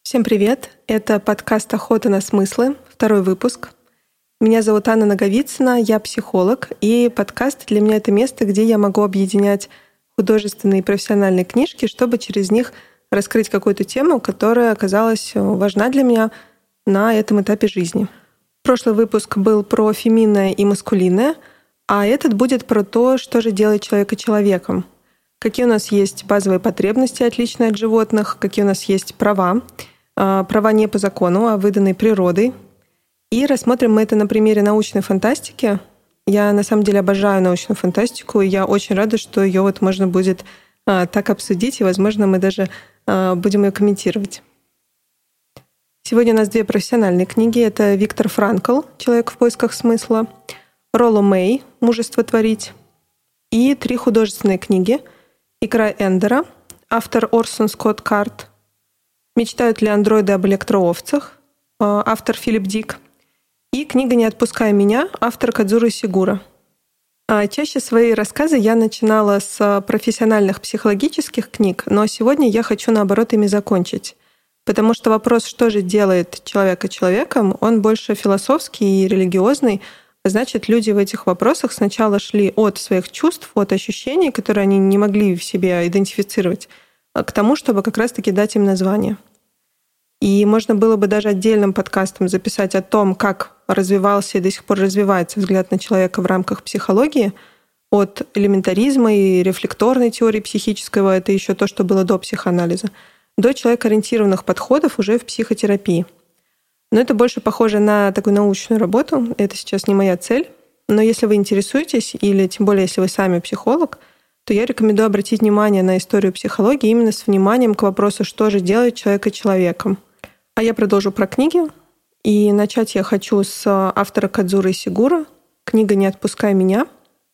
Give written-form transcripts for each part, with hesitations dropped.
Всем привет! Это подкаст «Охота на смыслы», второй выпуск. Меня зовут Анна Наговицына, я психолог, и подкаст для меня — это место, где я могу объединять художественные и профессиональные книжки, чтобы через них раскрыть какую-то тему, которая оказалась важна для меня на этом этапе жизни. Прошлый выпуск был про феминное и маскулинное, а этот будет про то, что же делает человека человеком. Какие у нас есть базовые потребности, отличные от животных, какие у нас есть права не по закону, а выданные природой. И рассмотрим мы это на примере научной фантастики. Я на самом деле обожаю научную фантастику, и я очень рада, что ее можно будет так обсудить, и, возможно, мы даже будем ее комментировать. Сегодня у нас две профессиональные книги. Это Виктор Франкл «Человек в поисках смысла», Ролло Мэй «Мужество творить» и три художественные книги. «Икра Эндера», автор Орсон Скотт Кард, «Мечтают ли андроиды об электроовцах», автор Филипп Дик, и книга «Не отпускай меня», автор Кадзуро Сигура. Чаще свои рассказы я начинала с профессиональных психологических книг, но сегодня я хочу, наоборот, ими закончить. Потому что вопрос, что же делает человека человеком, он больше философский и религиозный. Значит, люди в этих вопросах сначала шли от своих чувств, от ощущений, которые они не могли в себе идентифицировать, к тому, чтобы как раз-таки дать им название. И можно было бы даже отдельным подкастом записать о том, как развивался и до сих пор развивается взгляд на человека в рамках психологии, от элементаризма и рефлекторной теории психического, это еще то, что было до психоанализа, до человекоориентированных подходов уже в психотерапии. Но это больше похоже на такую научную работу, это сейчас не моя цель. Но если вы интересуетесь, или тем более, если вы сами психолог, то я рекомендую обратить внимание на историю психологии именно с вниманием к вопросу, что же делает человека человеком. А я продолжу про книги. И начать я хочу с автора Кадзуро Сигура. Книга «Не отпускай меня».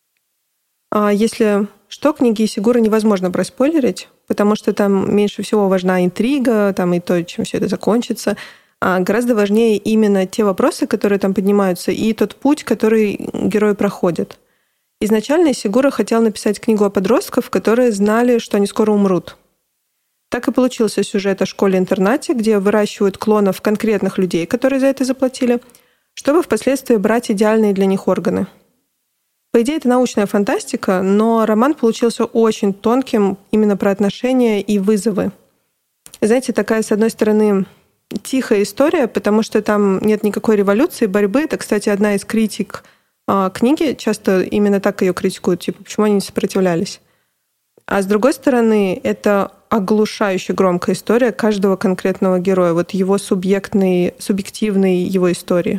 Если что, книги Сигура невозможно проспойлерить, потому что там меньше всего важна интрига, там и то, чем все это закончится. А гораздо важнее именно те вопросы, которые там поднимаются, и тот путь, который герои проходят. Изначально Сигура хотел написать книгу о подростках, которые знали, что они скоро умрут. Так и получился сюжет о школе-интернате, где выращивают клонов конкретных людей, которые за это заплатили, чтобы впоследствии брать идеальные для них органы. По идее, это научная фантастика, но роман получился очень тонким именно про отношения и вызовы. Знаете, такая, с одной стороны, тихая история, потому что там нет никакой революции, борьбы. Это, кстати, одна из критик книги, часто именно так ее критикуют, типа, почему они не сопротивлялись. А с другой стороны, это оглушающе громкая история каждого конкретного героя, вот его субъективной его истории.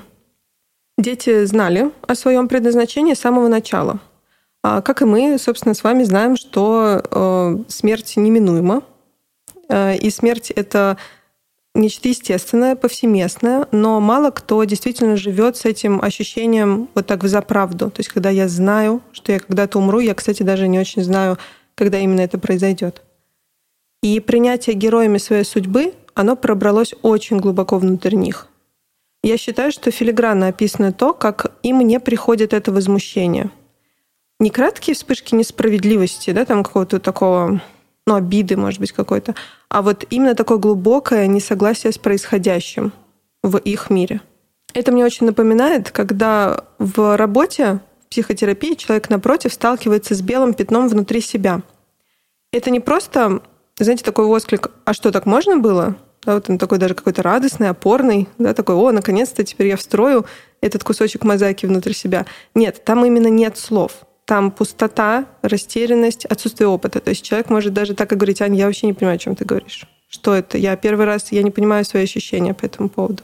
Дети знали о своем предназначении с самого начала. Как и мы, собственно, с вами знаем, что смерть неминуема. И смерть — это нечто естественное, повсеместное, но мало кто действительно живет с этим ощущением вот так взаправду. То есть когда я знаю, что я когда-то умру, я, кстати, даже не очень знаю, когда именно это произойдет. И принятие героями своей судьбы, оно пробралось очень глубоко внутрь них. Я считаю, что филигранно описано то, как им не приходит это возмущение. Не краткие вспышки несправедливости, да, там какого-то такого, обиды, может быть, какой-то, а вот именно такое глубокое несогласие с происходящим в их мире. Это мне очень напоминает, когда в работе, в психотерапии человек напротив сталкивается с белым пятном внутри себя. Это не просто, знаете, такой восклик: «А что, так можно было?» Да, вот он такой даже какой-то радостный, опорный, да, такой: «О, наконец-то теперь я встрою этот кусочек мозаики внутрь себя». Нет, там именно нет слов. Там пустота, растерянность, отсутствие опыта. То есть человек может даже так и говорить: «Ань, я вообще не понимаю, о чем ты говоришь. Что это? Я первый раз, я не понимаю свои ощущения по этому поводу».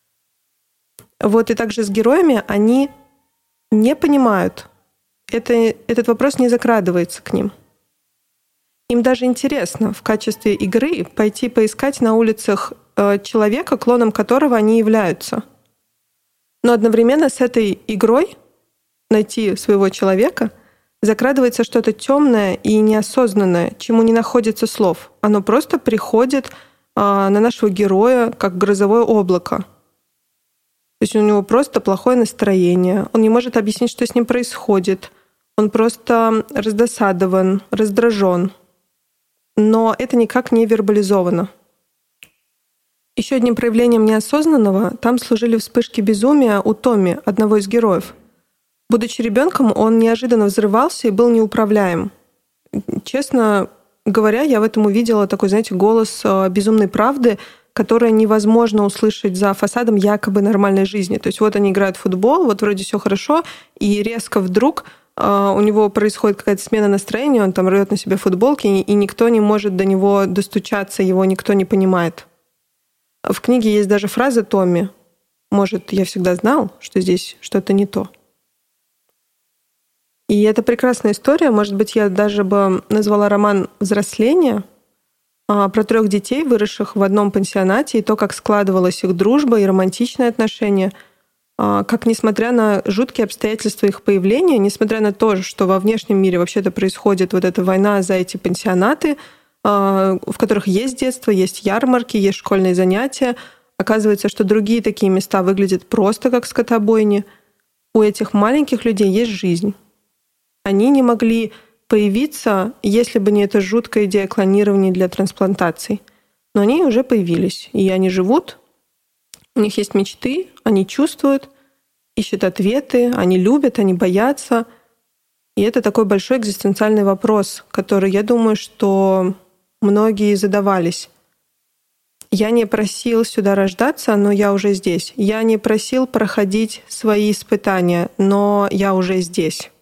Вот и также с героями они не понимают. Этот вопрос не закрадывается к ним. Им даже интересно в качестве игры пойти поискать на улицах человека, клоном которого они являются. Но одновременно с этой игрой найти своего человека закрадывается что-то темное и неосознанное, чему не находится слов. Оно просто приходит на нашего героя как грозовое облако. То есть у него просто плохое настроение, он не может объяснить, что с ним происходит, он просто раздосадован, раздражен. Но это никак не вербализовано. Еще одним проявлением неосознанного там служили вспышки безумия у Томми, одного из героев. Будучи ребенком, он неожиданно взрывался и был неуправляем. Честно говоря, я в этом увидела такой, знаете, голос безумной правды, которое невозможно услышать за фасадом якобы нормальной жизни. То есть вот они играют в футбол, вот вроде все хорошо, и резко вдруг у него происходит какая-то смена настроения, он там рвет на себе футболки, и никто не может до него достучаться, его никто не понимает. В книге есть даже фраза Томми: «Может, я всегда знал, что здесь что-то не то». И это прекрасная история. Может быть, я даже бы назвала роман «Взросление», про 3 детей, выросших в одном пансионате, и то, как складывалась их дружба и романтичные отношения, как, несмотря на жуткие обстоятельства их появления, несмотря на то, что во внешнем мире вообще-то происходит вот эта война за эти пансионаты, в которых есть детство, есть ярмарки, есть школьные занятия, оказывается, что другие такие места выглядят просто как скотобойни. У этих маленьких людей есть жизнь. Они не могли появиться, если бы не эта жуткая идея клонирования для трансплантаций. Но они уже появились, и они живут, у них есть мечты, они чувствуют, ищут ответы, они любят, они боятся. И это такой большой экзистенциальный вопрос, который, я думаю, что многие задавались. Я не просил сюда рождаться, но я уже здесь. Я не просил проходить свои испытания, но я уже здесь.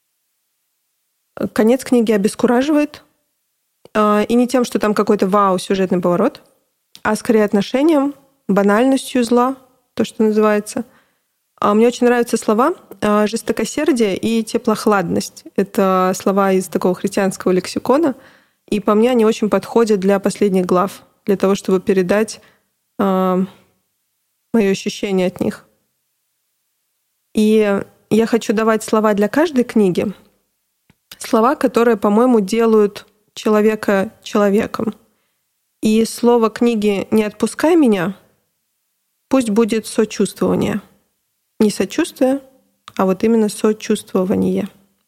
Конец книги обескураживает. И не тем, что там какой-то вау-сюжетный поворот, а скорее отношением, банальностью зла, то, что называется. Мне очень нравятся слова «жестокосердие» и «теплохладность». Это слова из такого христианского лексикона. И по мне они очень подходят для последних глав, для того, чтобы передать мое ощущение от них. И я хочу давать слова для каждой книги. Слова, которые, по-моему, делают человека человеком. И слово книги «Не отпускай меня» пусть будет сочувствование. Не сочувствие, а вот именно сочувствование.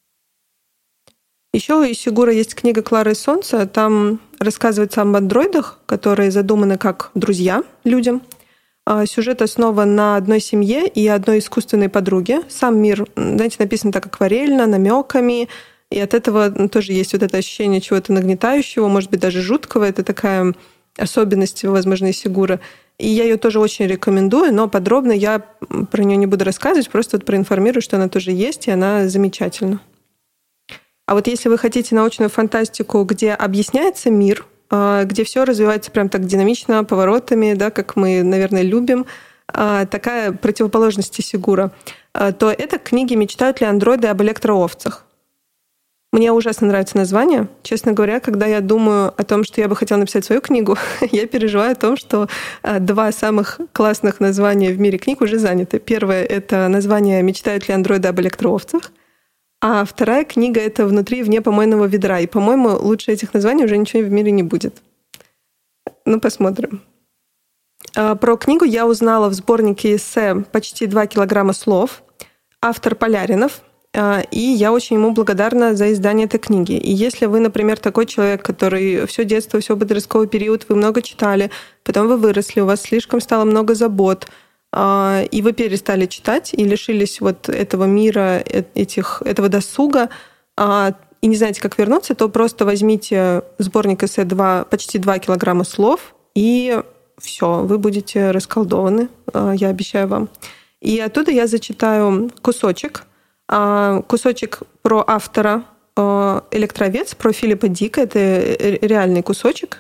Еще у Исигуро есть книга «Клара и солнце». Там рассказывается об андроидах, которые задуманы как друзья людям. Сюжет основан на одной семье и одной искусственной подруге. Сам мир, знаете, написан так акварельно, намеками. И от этого тоже есть вот это ощущение чего-то нагнетающего, может быть, даже жуткого. Это такая особенность, возможно, Исигуро. И я ее тоже очень рекомендую, но подробно я про нее не буду рассказывать, просто вот проинформирую, что она тоже есть, и она замечательна. А вот если вы хотите научную фантастику, где объясняется мир, где все развивается прям так динамично, поворотами, да, как мы, наверное, любим, такая противоположность Исигуро, то это книги «Мечтают ли андроиды об электроовцах?». Мне ужасно нравится название. Честно говоря, когда я думаю о том, что я бы хотела написать свою книгу, я переживаю о том, что 2 самых классных названия в мире книг уже заняты. Первое — это название «Мечтают ли андроиды об электроовцах?», а вторая книга — это «Внутри и вне помойного ведра». И, по-моему, лучше этих названий уже ничего в мире не будет. Ну, посмотрим. Про книгу я узнала в сборнике эссе «Почти 2 килограмма слов». Автор Поляринов. И я очень ему благодарна за издание этой книги. И если вы, например, такой человек, который все детство, все подростковый период, вы много читали, потом вы выросли, у вас слишком стало много забот, и вы перестали читать и лишились вот этого мира, этого досуга, и не знаете, как вернуться, то просто возьмите сборник эссе «Почти 2 килограмма слов», и все, вы будете расколдованы, я обещаю вам. И оттуда я зачитаю кусочек про автора «Электровец», про Филиппа Дика. Это реальный кусочек.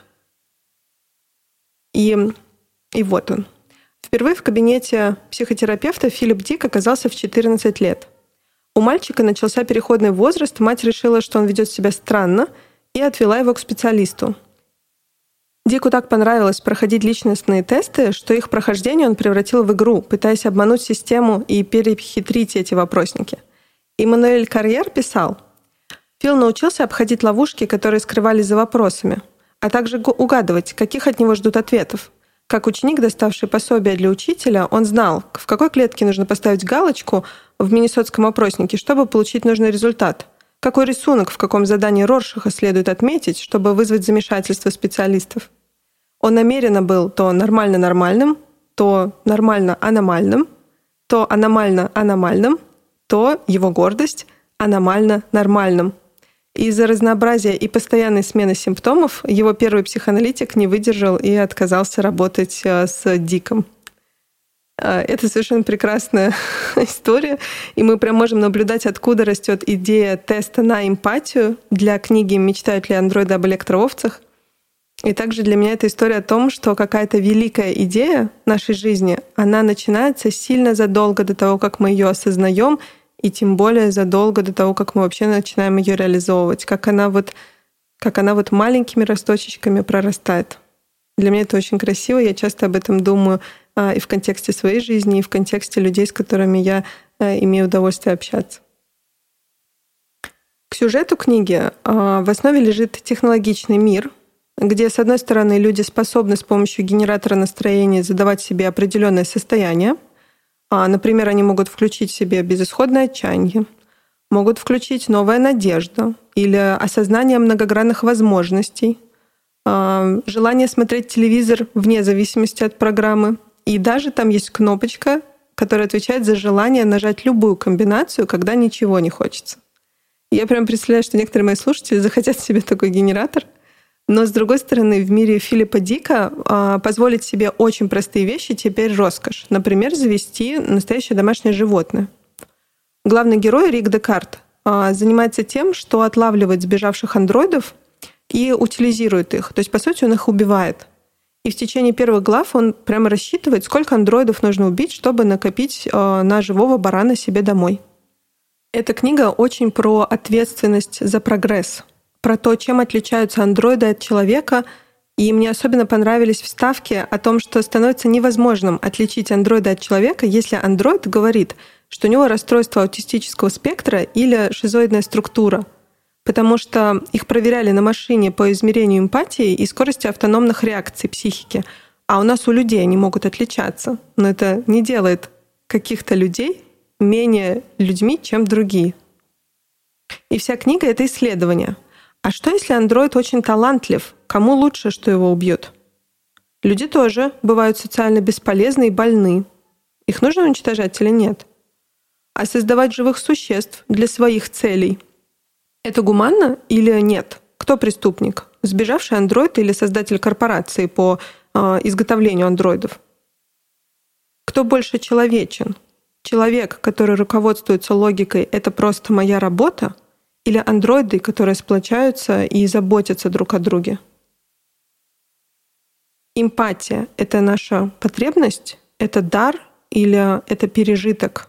И вот он. Впервые в кабинете психотерапевта Филипп Дик оказался в 14 лет. У мальчика начался переходный возраст, мать решила, что он ведет себя странно, и отвела его к специалисту. Дику так понравилось проходить личностные тесты, что их прохождение он превратил в игру, пытаясь обмануть систему и перехитрить эти вопросники. Эммануэль Карьер писал: «Фил научился обходить ловушки, которые скрывались за вопросами, а также угадывать, каких от него ждут ответов. Как ученик, доставший пособие для учителя, он знал, в какой клетке нужно поставить галочку в миннесотском опроснике, чтобы получить нужный результат, какой рисунок в каком задании Роршаха следует отметить, чтобы вызвать замешательство специалистов. Он намеренно был то нормально-нормальным, то нормально-аномальным, то аномально-аномальным, то его гордость аномально-нормальным. Из-за разнообразия и постоянной смены симптомов его первый психоаналитик не выдержал и отказался работать с Диком. Это совершенно прекрасная история, и мы прям можем наблюдать, откуда растет идея теста на эмпатию для книги «Мечтают ли андроиды об электроовцах?». И также для меня это история о том, что какая-то великая идея нашей жизни, она начинается сильно задолго до того, как мы ее осознаем, и тем более задолго до того, как мы вообще начинаем ее реализовывать, как она вот маленькими росточечками прорастает. Для меня это очень красиво, я часто об этом думаю и в контексте своей жизни, и в контексте людей, с которыми я имею удовольствие общаться. К сюжету книги в основе лежит технологичный мир, где, с одной стороны, люди способны с помощью генератора настроения задавать себе определенное состояние. Например, они могут включить в себе безысходное отчаяние, могут включить новая надежда или осознание многогранных возможностей, желание смотреть телевизор вне зависимости от программы. И даже там есть кнопочка, которая отвечает за желание нажать любую комбинацию, когда ничего не хочется. Я прям представляю, что некоторые мои слушатели захотят себе такой генератор. Но, с другой стороны, в мире Филиппа Дика позволить себе очень простые вещи теперь роскошь. Например, завести настоящее домашнее животное. Главный герой Рик Декарт занимается тем, что отлавливает сбежавших андроидов и утилизирует их. То есть, по сути, он их убивает. И в течение первых глав он прямо рассчитывает, сколько андроидов нужно убить, чтобы накопить на живого барана себе домой. Эта книга очень про ответственность за прогресс, про то, чем отличаются андроиды от человека. И мне особенно понравились вставки о том, что становится невозможным отличить андроида от человека, если андроид говорит, что у него расстройство аутистического спектра или шизоидная структура, потому что их проверяли на машине по измерению эмпатии и скорости автономных реакций психики. А у нас у людей они могут отличаться. Но это не делает каких-то людей менее людьми, чем другие. И вся книга — это исследование. А что, если андроид очень талантлив? Кому лучше, что его убьют? Люди тоже бывают социально бесполезны и больны. Их нужно уничтожать или нет? А создавать живых существ для своих целей — это гуманно или нет? Кто преступник? Сбежавший андроид или создатель корпорации по изготовлению андроидов? Кто больше человечен? Человек, который руководствуется логикой «это просто моя работа», или андроиды, которые сплочаются и заботятся друг о друге? Эмпатия — это наша потребность, это дар или это пережиток?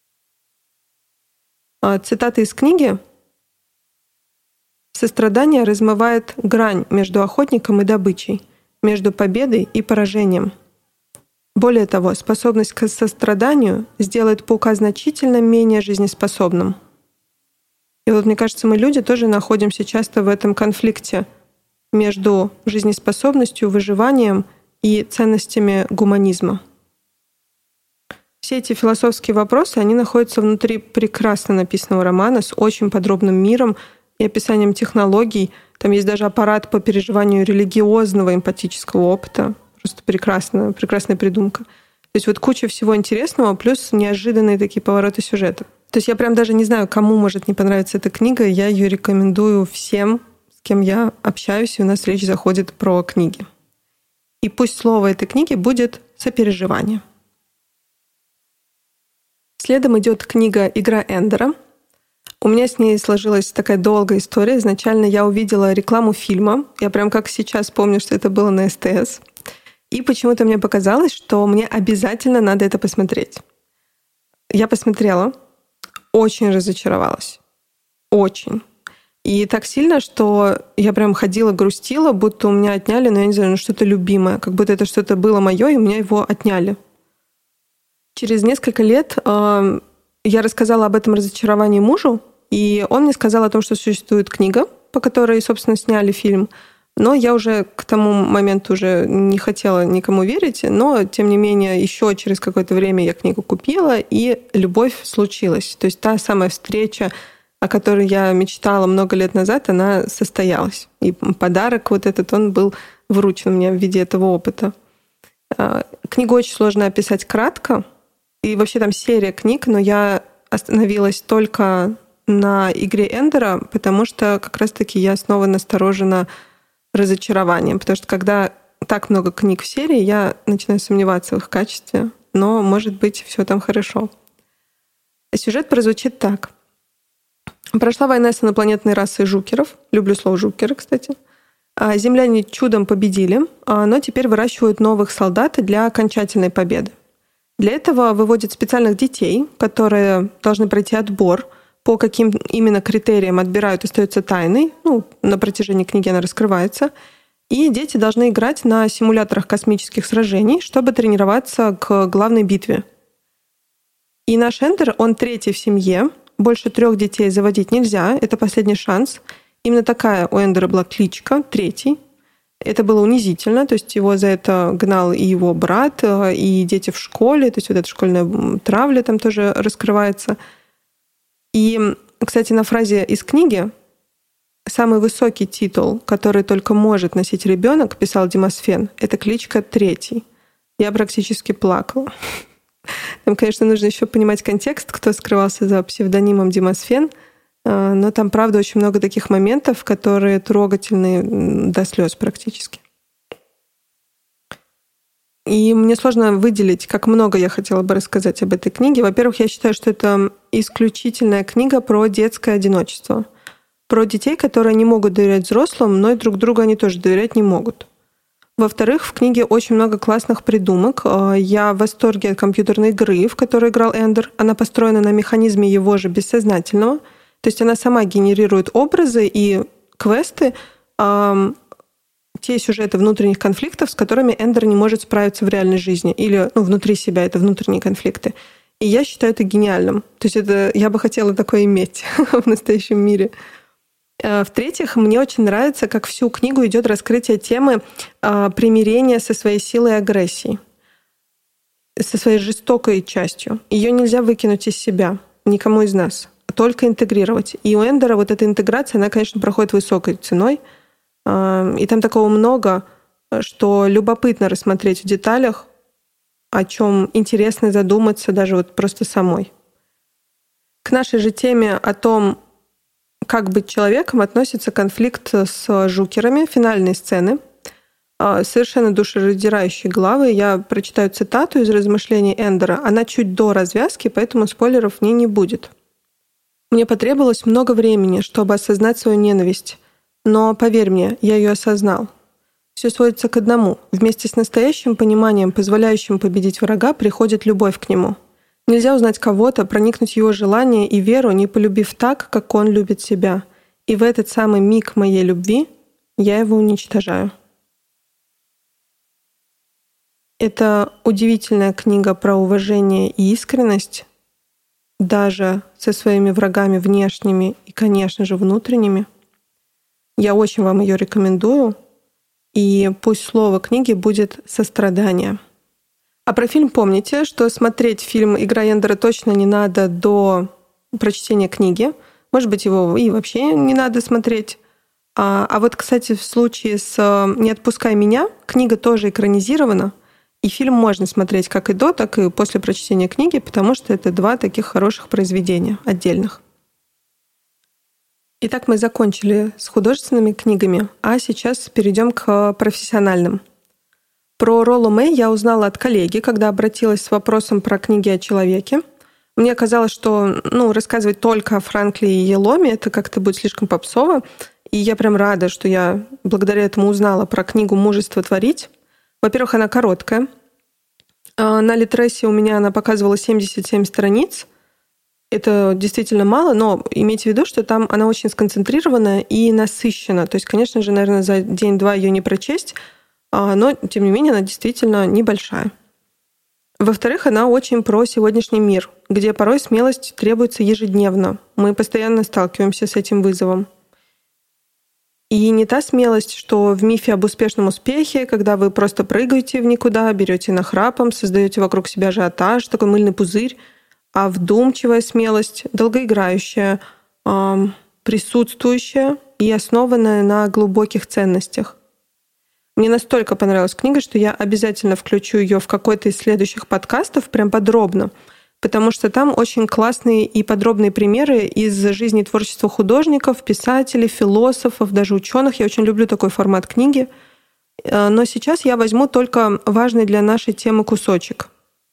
Цитата из книги. «Сострадание размывает грань между охотником и добычей, между победой и поражением. Более того, способность к состраданию сделает паука значительно менее жизнеспособным». И вот, мне кажется, мы, люди, тоже находимся часто в этом конфликте между жизнеспособностью, выживанием и ценностями гуманизма. Все эти философские вопросы, они находятся внутри прекрасно написанного романа с очень подробным миром и описанием технологий. Там есть даже аппарат по переживанию религиозного эмпатического опыта. Просто прекрасная придумка. То есть вот куча всего интересного, плюс неожиданные такие повороты сюжета. То есть я прям даже не знаю, кому может не понравиться эта книга. Я ее рекомендую всем, с кем я общаюсь, и у нас речь заходит про книги. И пусть слово этой книги будет «сопереживание». Следом идет книга «Игра Эндера». У меня с ней сложилась такая долгая история. Изначально я увидела рекламу фильма. Я прям как сейчас помню, что это было на СТС. И почему-то мне показалось, что мне обязательно надо это посмотреть. Я посмотрела, очень разочаровалась. Очень. И так сильно, что я прям ходила, грустила, будто у меня отняли, но я не знаю, что-то любимое. Как будто это что-то было мое, и у меня его отняли. Через несколько лет я рассказала об этом разочаровании мужу, и он мне сказал о том, что существует книга, по которой, собственно, сняли фильм. Но я уже к тому моменту уже не хотела никому верить, но, тем не менее, еще через какое-то время я книгу купила, и любовь случилась. То есть та самая встреча о которой я мечтала много лет назад, она состоялась. И подарок вот этот, он был вручен мне в виде этого опыта. Книгу очень сложно описать кратко. И вообще там серия книг, но я остановилась только на игре Эндера, потому что как раз-таки я снова насторожена разочарованием. Потому что когда так много книг в серии, я начинаю сомневаться в их качестве. Но, может быть, все там хорошо. Сюжет прозвучит так. Прошла война с инопланетной расой жукеров. Люблю слово «жукеры», кстати. Земляне чудом победили, но теперь выращивают новых солдат для окончательной победы. Для этого выводят специальных детей, которые должны пройти отбор. По каким именно критериям отбирают, остается тайной. На протяжении книги она раскрывается. И дети должны играть на симуляторах космических сражений, чтобы тренироваться к главной битве. И наш Эндер, он третий в семье. Больше 3 детей заводить нельзя. Это последний шанс. Именно такая у Эндера была кличка, третий. Это было унизительно, то есть его за это гнал и его брат, и дети в школе, то есть вот эта школьная травля там тоже раскрывается. И, кстати, на фразе из книги «Самый высокий титул, который только может носить ребенок», писал Демосфен, это кличка третий. Я практически плакала. Там, конечно, нужно еще понимать контекст, кто скрывался за псевдонимом Демосфен, но там, правда, очень много таких моментов, которые трогательны до слез практически. И мне сложно выделить, как много я хотела бы рассказать об этой книге. Во-первых, я считаю, что это исключительная книга про детское одиночество. Про детей, которые не могут доверять взрослым, но и друг другу они тоже доверять не могут. Во-вторых, в книге очень много классных придумок. Я в восторге от компьютерной игры, в которой играл Эндер. Она построена на механизме его же бессознательного. То есть она сама генерирует образы и квесты, те сюжеты внутренних конфликтов, с которыми Эндер не может справиться в реальной жизни. Или внутри себя это внутренние конфликты. И я считаю это гениальным. То есть я бы хотела такое иметь в настоящем мире. В-третьих, мне очень нравится, как всю книгу идет раскрытие темы примирения со своей силой и агрессией, со своей жестокой частью. Ее нельзя выкинуть из себя, никому из нас, только интегрировать. И у Эндера вот эта интеграция, она, конечно, проходит высокой ценой. И там такого много, что любопытно рассмотреть в деталях, о чем интересно задуматься даже вот просто самой. К нашей же теме о том, как быть человеком, относится конфликт с жукерами, финальные сцены. Совершенно душераздирающие главы. Я прочитаю цитату из размышлений Эндера. Она чуть до развязки, поэтому спойлеров в ней не будет. «Мне потребовалось много времени, чтобы осознать свою ненависть. Но, поверь мне, я ее осознал. Все сводится к одному. Вместе с настоящим пониманием, позволяющим победить врага, приходит любовь к нему. Нельзя узнать кого-то, проникнуть в его желание и веру, не полюбив так, как он любит себя. И в этот самый миг моей любви я его уничтожаю». Это удивительная книга про уважение и искренность, даже со своими врагами внешними и, конечно же, внутренними. Я очень вам ее рекомендую, и пусть слово книги будет «сострадание». А про фильм помните, что смотреть фильм «Игра Эндера» точно не надо до прочтения книги. Может быть, его и вообще не надо смотреть. А вот, кстати, в случае с «Не отпускай меня» книга тоже экранизирована, и фильм можно смотреть как и до, так и после прочтения книги, потому что это 2 таких хороших произведения отдельных. Итак, мы закончили с художественными книгами, а сейчас перейдем к профессиональным. Про Роллу Мэй я узнала от коллеги, когда обратилась с вопросом про книги о человеке. Мне казалось, что рассказывать только о Франкле и Еломе это как-то будет слишком попсово. И я прям рада, что я благодаря этому узнала про книгу «Мужество творить». Во-первых, она короткая. На Литресе у меня она показывала 77 страниц. Это действительно мало, но имейте в виду, что там она очень сконцентрирована и насыщена. То есть, конечно же, наверное, за день-два ее не прочесть, но, тем не менее, она действительно небольшая. Во-вторых, она очень про сегодняшний мир, где порой смелость требуется ежедневно. Мы постоянно сталкиваемся с этим вызовом. И не та смелость, что в мифе об успешном успехе, когда вы просто прыгаете в никуда, берете нахрапом, создаете вокруг себя ажиотаж, такой мыльный пузырь, а вдумчивая смелость, долгоиграющая, присутствующая и основанная на глубоких ценностях. Мне настолько понравилась книга, что я обязательно включу ее в какой-то из следующих подкастов прям подробно, потому что там очень классные и подробные примеры из жизни и творчества художников, писателей, философов, даже ученых. Я очень люблю такой формат книги. Но сейчас я возьму только важный для нашей темы кусочек.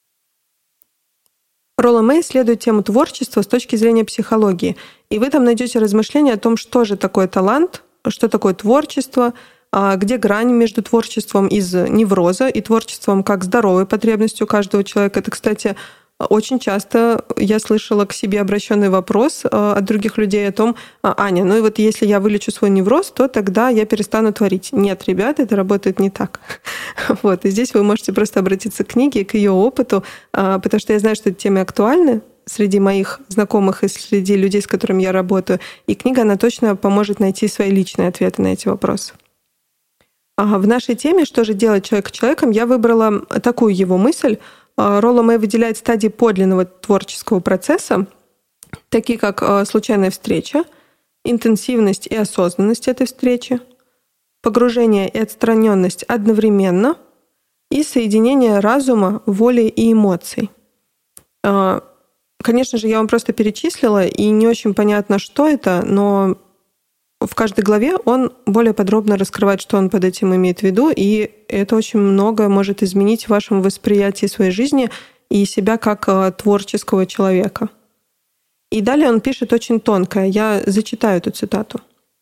Ролло Мэй исследует тему творчества с точки зрения психологии, и вы там найдете размышления о том, что же такое талант, что такое творчество, где грань между творчеством из невроза и творчеством как здоровой потребностью каждого человека. Это, кстати, очень часто я слышала к себе обращенный вопрос от других людей о том: Аня, ну и вот если я вылечу свой невроз, то тогда я перестану творить. Нет, ребята, это работает не так. Вот. И здесь вы можете просто обратиться к книге, к ее опыту, потому что я знаю, что эти темы актуальны среди моих знакомых и среди людей, с которыми я работаю. И книга, она точно поможет найти свои личные ответы на эти вопросы. В нашей теме «Что же делать человека человеком» я выбрала такую его мысль. Ролло Мэй выделяет стадии подлинного творческого процесса, такие как случайная встреча, интенсивность и осознанность этой встречи, погружение и отстраненность одновременно и соединение разума, воли и эмоций. Конечно же, я вам просто перечислила, и не очень понятно, что это, но в каждой главе он более подробно раскрывает, что он под этим имеет в виду, и это очень многое может изменить в вашем восприятии своей жизни и себя как творческого человека. И далее он пишет очень тонко. Я зачитаю эту цитату.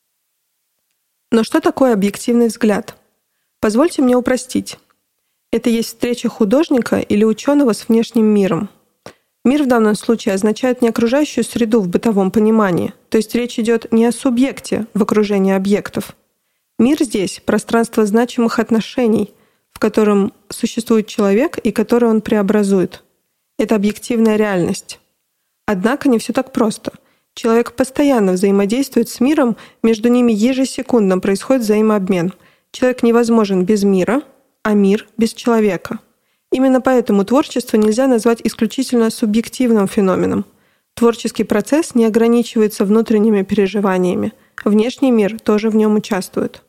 «Но что такое объективный взгляд? Позвольте мне упростить. Это есть встреча художника или ученого с внешним миром. Мир в данном случае означает не окружающую среду в бытовом понимании, то есть речь идет не о субъекте в окружении объектов. Мир здесь — пространство значимых отношений, в котором существует человек и который он преобразует. Это объективная реальность. Однако не все так просто. Человек постоянно взаимодействует с миром, между ними ежесекундно происходит взаимообмен. Человек невозможен без мира, а мир без человека. Именно поэтому творчество нельзя назвать исключительно субъективным феноменом. Творческий процесс не ограничивается внутренними переживаниями. Внешний мир тоже в нем участвует».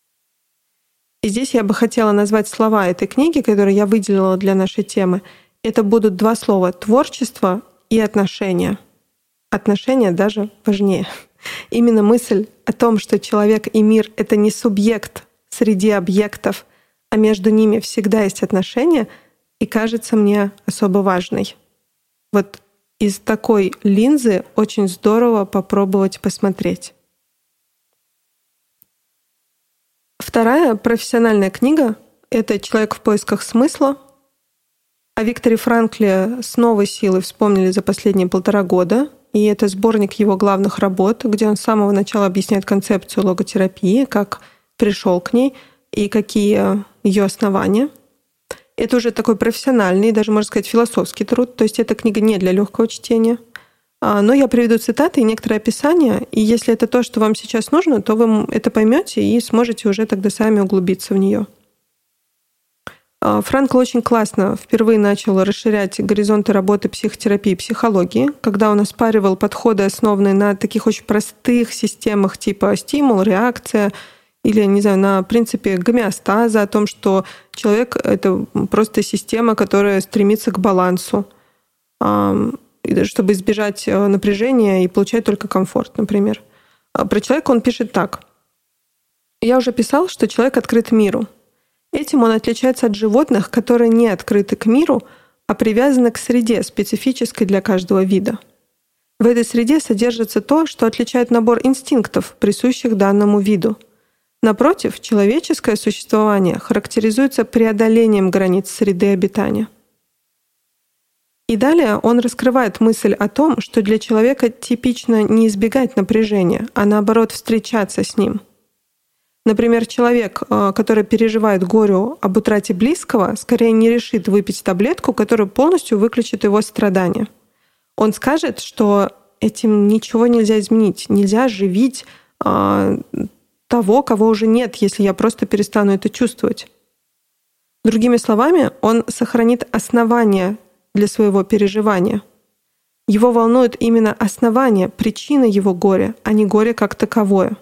И здесь я бы хотела назвать слова этой книги, которые я выделила для нашей темы. Это будут два слова: творчество и отношения. Отношения даже важнее. Именно мысль о том, что человек и мир — это не субъект среди объектов, а между ними всегда есть отношения, и кажется мне особо важной. Вот из такой линзы очень здорово попробовать посмотреть. Вторая профессиональная книга — это «Человек в поисках смысла». О Викторе Франкле с новой силой вспомнили за последние 1,5 года, и это сборник его главных работ, где он с самого начала объясняет концепцию логотерапии, как пришел к ней и какие ее основания. Это уже такой профессиональный, даже, можно сказать, философский труд, то есть эта книга не для легкого чтения. Но я приведу цитаты и некоторые описания, и если это то, что вам сейчас нужно, то вы это поймете и сможете уже тогда сами углубиться в нее. Франкл очень классно впервые начал расширять горизонты работы психотерапии и психологии, когда он оспаривал подходы, основанные на таких очень простых системах типа стимул, реакция, или, не знаю, на принципе гомеостаза, о том, что человек — это просто система, которая стремится к балансу, чтобы избежать напряжения и получать только комфорт, например. Про человека он пишет так. «Я уже писал, что человек открыт миру. Этим он отличается от животных, которые не открыты к миру, а привязаны к среде, специфической для каждого вида. В этой среде содержится то, что отличает набор инстинктов, присущих данному виду. Напротив, человеческое существование характеризуется преодолением границ среды обитания». И далее он раскрывает мысль о том, что для человека типично не избегать напряжения, а наоборот встречаться с ним. Например, человек, который переживает горю об утрате близкого, скорее не решит выпить таблетку, которая полностью выключит его страдания. Он скажет, что этим ничего нельзя изменить, нельзя оживить того, кого уже нет, если я просто перестану это чувствовать. Другими словами, он сохранит основания для своего переживания. Его волнует именно основание, причина его горя, а не горе как таковое.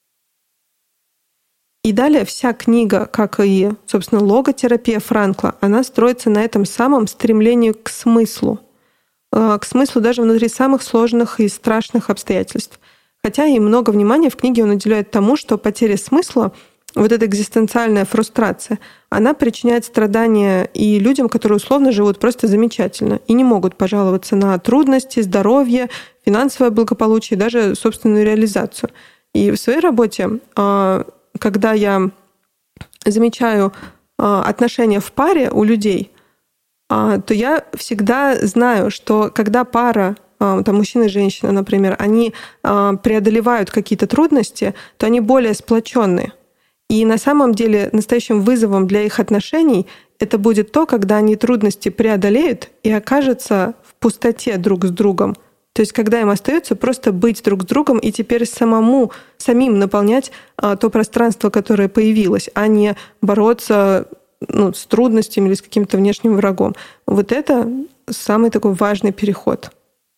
И далее вся книга, как и, собственно, логотерапия Франкла, она строится на этом самом стремлении к смыслу даже внутри самых сложных и страшных обстоятельств. Хотя и много внимания в книге он уделяет тому, что потеря смысла, вот эта экзистенциальная фрустрация, она причиняет страдания и людям, которые условно живут просто замечательно и не могут пожаловаться на трудности, здоровье, финансовое благополучие, даже собственную реализацию. И в своей работе, когда я замечаю отношения в паре у людей, то я всегда знаю, что когда пара, там мужчина и женщина, например, они преодолевают какие-то трудности, то они более сплоченные. И на самом деле настоящим вызовом для их отношений это будет то, когда они трудности преодолеют и окажутся в пустоте друг с другом. То есть когда им остается просто быть друг с другом и теперь самим наполнять то пространство, которое появилось, а не бороться с трудностями или с каким-то внешним врагом. Вот это самый такой важный переход.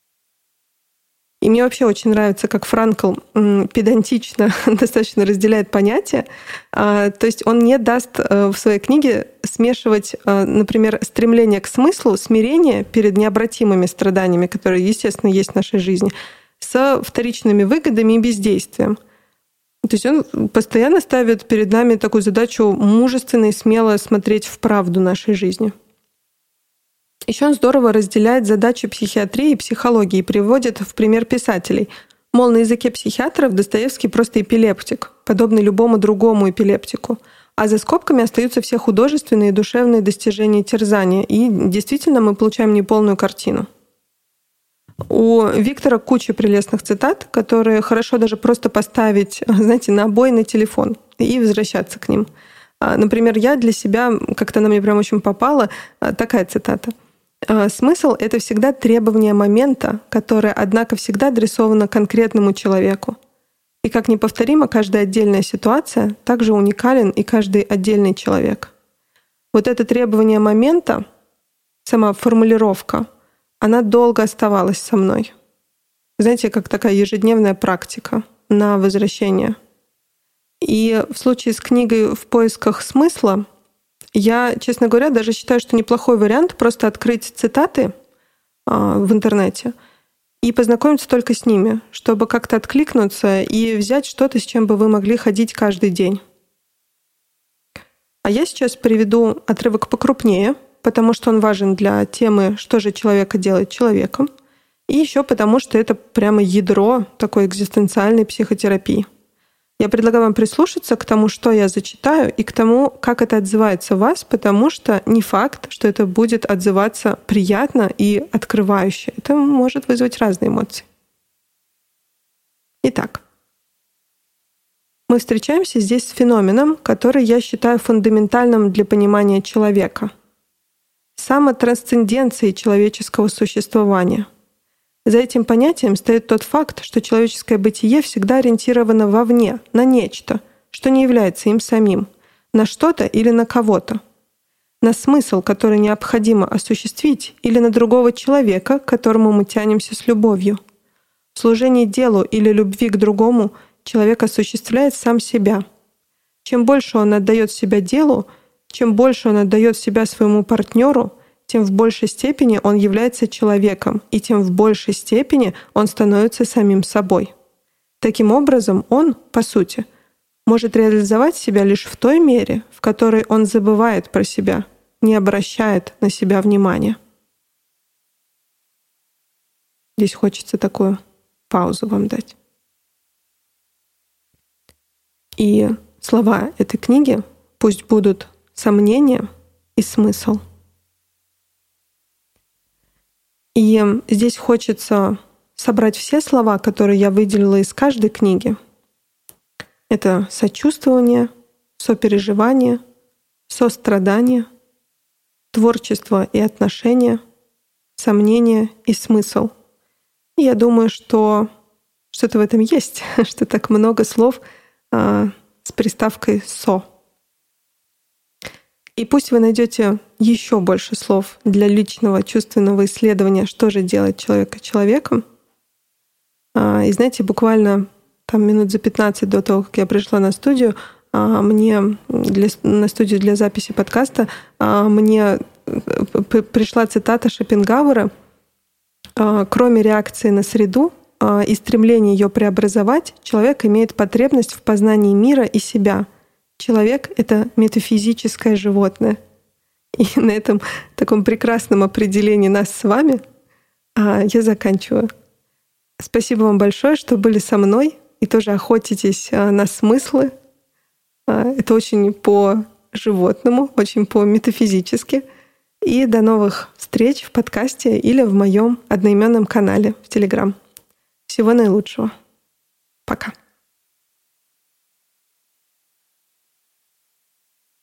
И мне вообще очень нравится, как Франкл педантично достаточно разделяет понятия. То есть он не даст в своей книге смешивать, например, стремление к смыслу, смирение перед необратимыми страданиями, которые, естественно, есть в нашей жизни, с вторичными выгодами и бездействием. То есть он постоянно ставит перед нами такую задачу мужественно и смело смотреть в правду нашей жизни. Еще он здорово разделяет задачи психиатрии и психологии и приводит в пример писателей. Мол, на языке психиатров Достоевский просто эпилептик, подобный любому другому эпилептику. А за скобками остаются все художественные и душевные достижения и терзания. И действительно мы получаем неполную картину. У Виктора куча прелестных цитат, которые хорошо даже просто поставить, знаете, на обойный телефон и возвращаться к ним. Например, я для себя, как-то она мне прям очень попала, такая цитата. «Смысл — это всегда требование момента, которое, однако, всегда адресовано конкретному человеку. И как неповторима каждая отдельная ситуация, так же уникален и каждый отдельный человек». Вот это требование момента, сама формулировка, она долго оставалась со мной. Знаете, как такая ежедневная практика на возвращение. И в случае с книгой «В поисках смысла» я, честно говоря, даже считаю, что неплохой вариант просто открыть цитаты в интернете и познакомиться только с ними, чтобы как-то откликнуться и взять что-то, с чем бы вы могли ходить каждый день. А я сейчас приведу отрывок покрупнее, потому что он важен для темы «Что же человека делает человеком?» и еще потому, что это прямо ядро такой экзистенциальной психотерапии. Я предлагаю вам прислушаться к тому, что я зачитаю, и к тому, как это отзывается в вас, потому что не факт, что это будет отзываться приятно и открывающе. Это может вызвать разные эмоции. Итак, мы встречаемся здесь с феноменом, который я считаю фундаментальным для понимания человека. Самотрансценденцией человеческого существования. За этим понятием стоит тот факт, что человеческое бытие всегда ориентировано вовне, на нечто, что не является им самим, на что-то или на кого-то, на смысл, который необходимо осуществить, или на другого человека, к которому мы тянемся с любовью. В служении делу или любви к другому человек осуществляет сам себя. Чем больше он отдает себя делу, чем больше он отдает себя своему партнеру, тем в большей степени он является человеком, и тем в большей степени он становится самим собой. Таким образом, он, по сути, может реализовать себя лишь в той мере, в которой он забывает про себя, не обращает на себя внимания. Здесь хочется такую паузу вам дать. И слова этой книги пусть будут сомнение и смысл. И здесь хочется собрать все слова, которые я выделила из каждой книги. Это сочувствование, сопереживание, сострадание, творчество и отношения, сомнение и смысл. И я думаю, что что-то в этом есть, что так много слов с приставкой «со». И пусть вы найдете еще больше слов для личного чувственного исследования, что же делает человека человеком. И знаете, буквально там минут за 15 до того, как я пришла на студию, на студию для записи подкаста, мне пришла цитата Шопенгауэра: «Кроме реакции на среду и стремления ее преобразовать, человек имеет потребность в познании мира и себя. Человек — это метафизическое животное». И на этом таком прекрасном определении нас с вами я заканчиваю. Спасибо вам большое, что были со мной и тоже охотитесь на смыслы. Это очень по-животному, очень по-метафизически. И до новых встреч в подкасте или в моем одноименном канале в Telegram. Всего наилучшего. Пока.